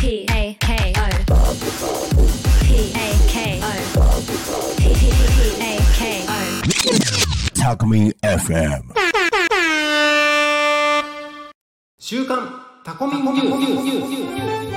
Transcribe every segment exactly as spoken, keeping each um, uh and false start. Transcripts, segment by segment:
P A K O P A K O P A K O タコミン エフエム週刊タコミンニュース。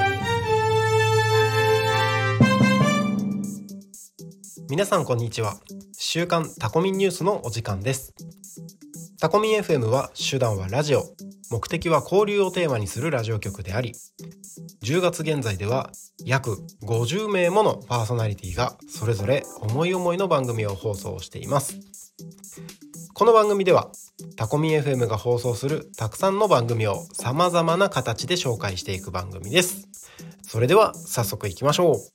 皆さんこんにちは。週刊タコミンニュースのお時間です。タコミン エフエム は手段はラジオ、目的は交流をテーマにするラジオ局であり、じゅうがつ現在では約ごじゅうめいものパーソナリティがそれぞれ思い思いの番組を放送しています。この番組ではタコミン エフエム が放送するたくさんの番組を様々な形で紹介していく番組です。それでは早速いきましょう。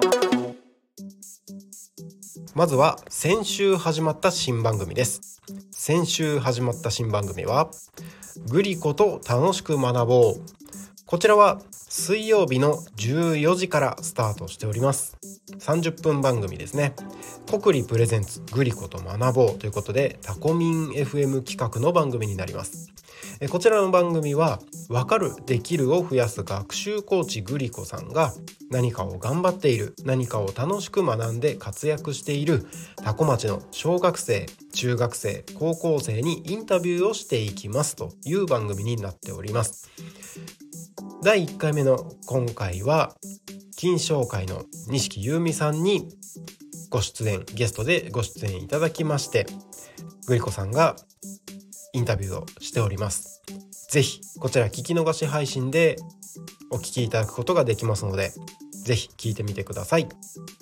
まずは先週始まった新番組です。先週始まった新番組はグリコと楽しく学ぼう。こちらは水曜日のじゅうよじからスタートしております。さんじゅっぷん番組ですね。コクリプレゼンツグリコと学ぼうということでタコミン エフエム 企画の番組になります。こちらの番組はわかるできるを増やす学習コーチグリコさんが何かを頑張っている、何かを楽しく学んで活躍しているタコ町の小学生、中学生、高校生にインタビューをしていきますという番組になっております。だいいっかいめの今回は金賞会の錦優美さんにご出演、ゲストでご出演いただきまして、グリコさんがインタビューをしております。ぜひこちら聞き逃し配信でお聞きいただくことができますので、ぜひ聞いてみてください。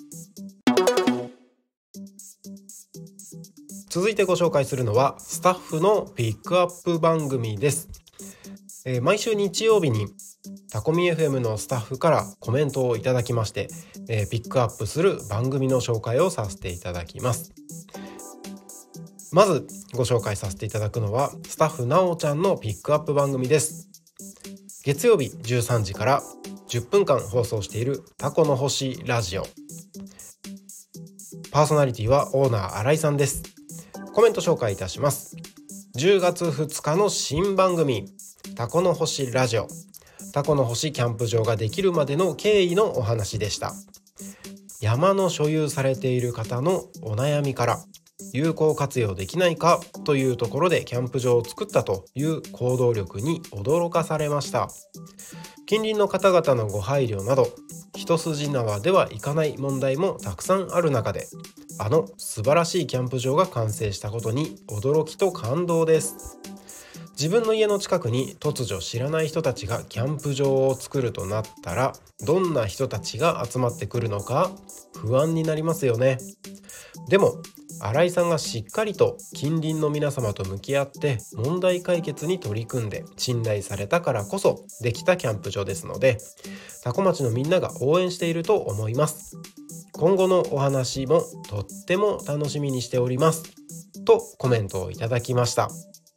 続いてご紹介するのはスタッフのピックアップ番組です。えー、毎週日曜日にタコミ エフエム のスタッフからコメントをいただきまして、えー、ピックアップする番組の紹介をさせていただきます。まずご紹介させていただくのはスタッフなおちゃんのピックアップ番組です。月曜日じゅうさんじからじゅっぷんかん放送しているタコの星ラジオ。パーソナリティはオーナー新井さんです。コメント紹介いたします。じゅうがつふつかの新番組タコの星ラジオ。タコの星キャンプ場ができるまでの経緯のお話でした。山の所有されている方のお悩みから有効活用できないかというところでキャンプ場を作ったという行動力に驚かされました。近隣の方々のご配慮など一筋縄ではいかない問題もたくさんある中で、あの素晴らしいキャンプ場が完成したことに驚きと感動です。自分の家の近くに突如知らない人たちがキャンプ場を作るとなったら、どんな人たちが集まってくるのか不安になりますよね。でも新井さんがしっかりと近隣の皆様と向き合って問題解決に取り組んで信頼されたからこそできたキャンプ場ですので、タコ町のみんなが応援していると思います。今後のお話もとっても楽しみにしておりますとコメントをいただきました。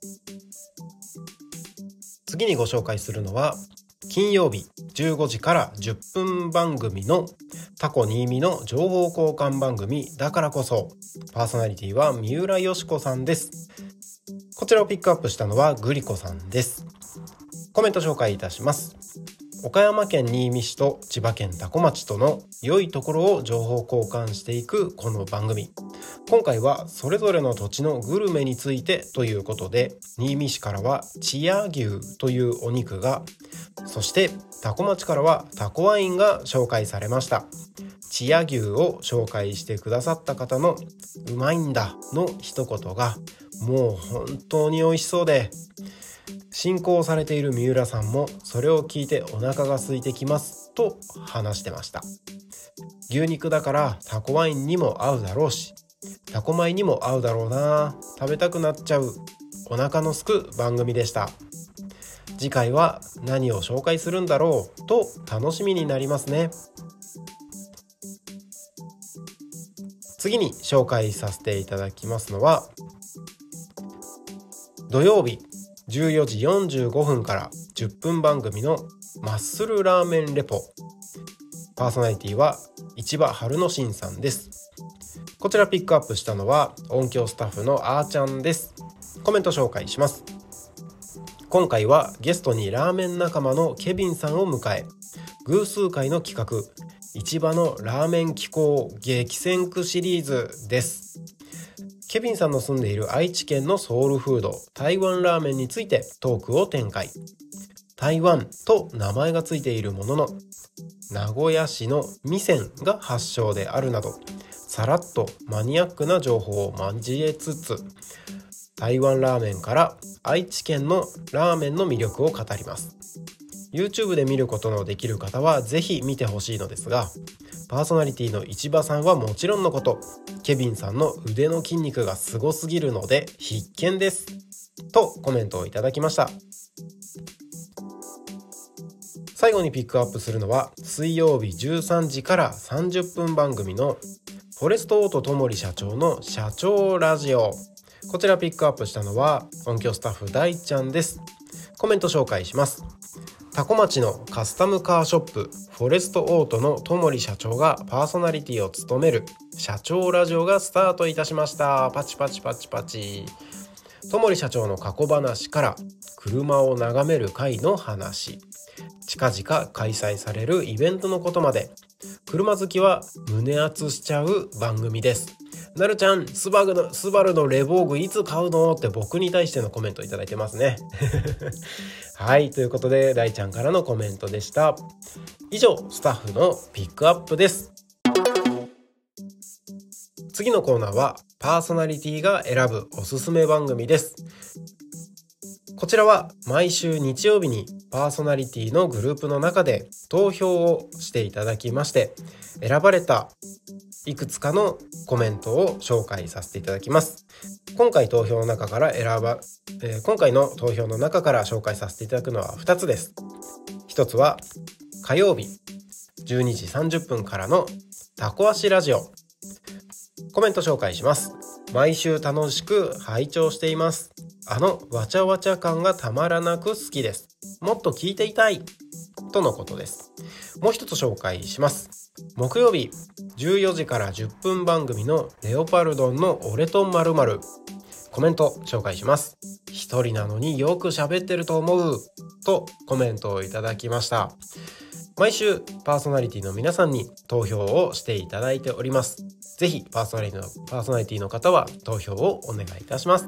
次にご紹介するのは金曜日じゅうごじからじゅっぷん番組のタコ新見の情報交換番組だからこそ。パーソナリティは三浦よし子さんです。こちらをピックアップしたのはグリコさんです。コメント紹介いたします。岡山県新見市と千葉県多古町との良いところを情報交換していくこの番組。今回はそれぞれの土地のグルメについてということで、新見市からは千屋牛というお肉が、そして多古町からはタコワインが紹介されました。千屋牛を紹介してくださった方のうまいんだの一言がもう本当に美味しそうで、進行されている三浦さんもそれを聞いてお腹が空いてきますと話してました。牛肉だからタコワインにも合うだろうし、タコ米にも合うだろうな、食べたくなっちゃうお腹のすく番組でした。次回は何を紹介するんだろうと楽しみになりますね。次に紹介させていただきますのは土曜日じゅうよじよんじゅうごふんからじゅっぷん番組のマッスルラーメンレポ。パーソナリティは市場春之進さんです。こちらピックアップしたのは音響スタッフのあーちゃんです。コメント紹介します。今回はゲストにラーメン仲間のケビンさんを迎え、 偶数回の企画、市場のラーメン機構激戦区シリーズです。ケビンさんの住んでいる愛知県のソウルフード、台湾ラーメンについてトークを展開。台湾と名前がついているものの、名古屋市の味仙が発祥であるなど、さらっとマニアックな情報を交えつつ、台湾ラーメンから愛知県のラーメンの魅力を語ります。YouTube で見ることのできる方はぜひ見てほしいのですが、パーソナリティの市場さんはもちろんのこと、ケビンさんの腕の筋肉がすごすぎるので必見ですとコメントをいただきました。最後にピックアップするのは、水曜日じゅうさんじからさんじゅっぷん番組のフォレストオートともり社長の社長ラジオ。こちらピックアップしたのは音響スタッフ大ちゃんです。コメント紹介します。多古町のカスタムカーショップフォレストオートのともり社長がパーソナリティを務める社長ラジオがスタートいたしました。パチパチパチパチ。ともり社長の過去話から車を眺める会の話、近々開催されるイベントのことまで、車好きは胸熱しちゃう番組です。なるちゃん、スバルのスバルのレボーグいつ買うのって僕に対してのコメントいただいてますね。はい、ということで大ちゃんからのコメントでした。以上、スタッフのピックアップです。次のコーナーはパーソナリティが選ぶおすすめ番組です。こちらは毎週日曜日にパーソナリティのグループの中で投票をしていただきまして、選ばれたいくつかのコメントを紹介させていただきます。今回投票の中から選ば、えー、今回の投票の中から紹介させていただくのはふたつです。ひとつは火曜日じゅうにじさんじゅっぷんからのタコ足ラジオ。コメント紹介します。毎週楽しく拝聴しています。あのわちゃわちゃ感がたまらなく好きです。もっと聞いていたいとのことです。もう一つ紹介します。木曜日じゅうよじからじゅっぷん番組のレオパルドンの俺と〇〇。コメント紹介します。一人なのによく喋ってると思うとコメントをいただきました。毎週パーソナリティの皆さんに投票をしていただいております。ぜひパーソナリティの、パーソナリティの方は投票をお願いいたします。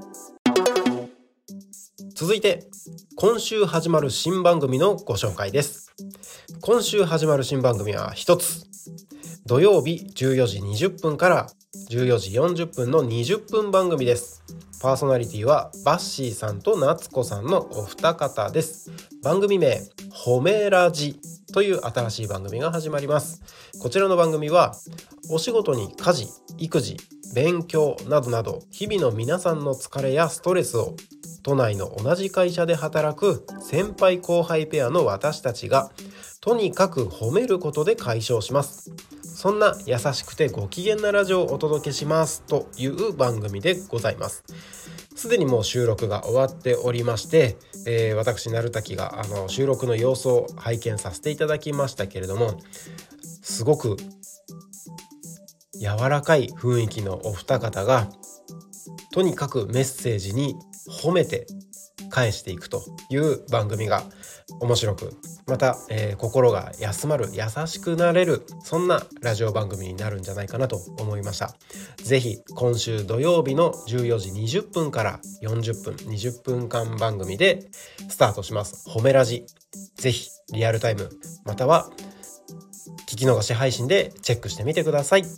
続いて今週始まる新番組のご紹介です。今週始まる新番組は一つ、土曜日じゅうよじにじゅっぷんからじゅうよじよんじゅっぷんのにじゅっぷん番組です。パーソナリティはバッシーさんと夏子さんのお二方です。番組名褒めラジという新しい番組が始まります。こちらの番組はお仕事に家事、育児、勉強などなど日々の皆さんの疲れやストレスを都内の同じ会社で働く先輩後輩ペアの私たちがとにかく褒めることで解消します。そんな優しくてご機嫌なラジオをお届けしますという番組でございます。すでにもう収録が終わっておりまして、えー、私なるたきがあの収録の様子を拝見させていただきましたけれども、すごく柔らかい雰囲気のお二方がとにかくメッセージに褒めて返していくという番組が面白く、また、えー、心が休まる、優しくなれる、そんなラジオ番組になるんじゃないかなと思いました。ぜひ今週土曜日のじゅうよじにじゅっぷんからよんじゅっぷん、にじゅっぷんかん番組でスタートします褒めラジ。ぜひリアルタイムまたは聞き逃し配信でチェックしてみてください。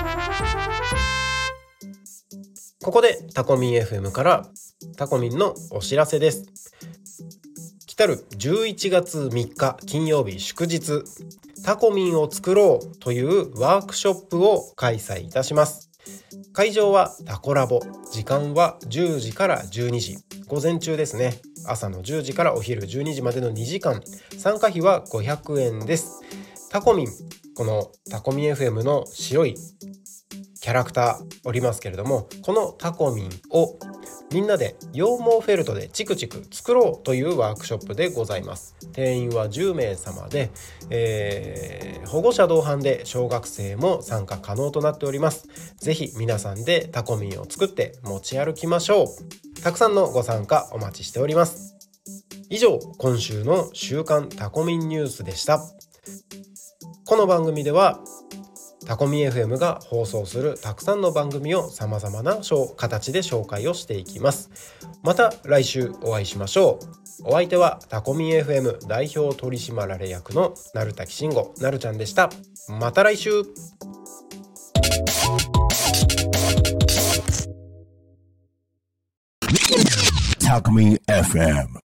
ここでタコミン エフエム からタコミンのお知らせです。来たるじゅういちがつみっか金曜日祝日、タコミンを作ろうというワークショップを開催いたします。会場はタコラボ、時間はじゅうじからじゅうにじ、午前中ですね。朝のじゅうじからお昼じゅうにじまでのにじかん、参加費はごひゃくえんです。タコミン、このタコミン エフエム の白いキャラクターおりますけれども、このタコミンをみんなで羊毛フェルトでチクチク作ろうというワークショップでございます。定員はじゅうめいさまで、えー、保護者同伴で小学生も参加可能となっております。ぜひ皆さんでタコミンを作って持ち歩きましょう。たくさんのご参加お待ちしております。以上、今週の週刊タコミンニュースでした。 この番組ではタコミ エフエム が放送するたくさんの番組をさまざまな形で紹介をしていきます。また来週お会いしましょう。お相手はタコミ エフエム 代表取締役の成滝慎吾なるちゃんでした。また来週。 タコミ エフエム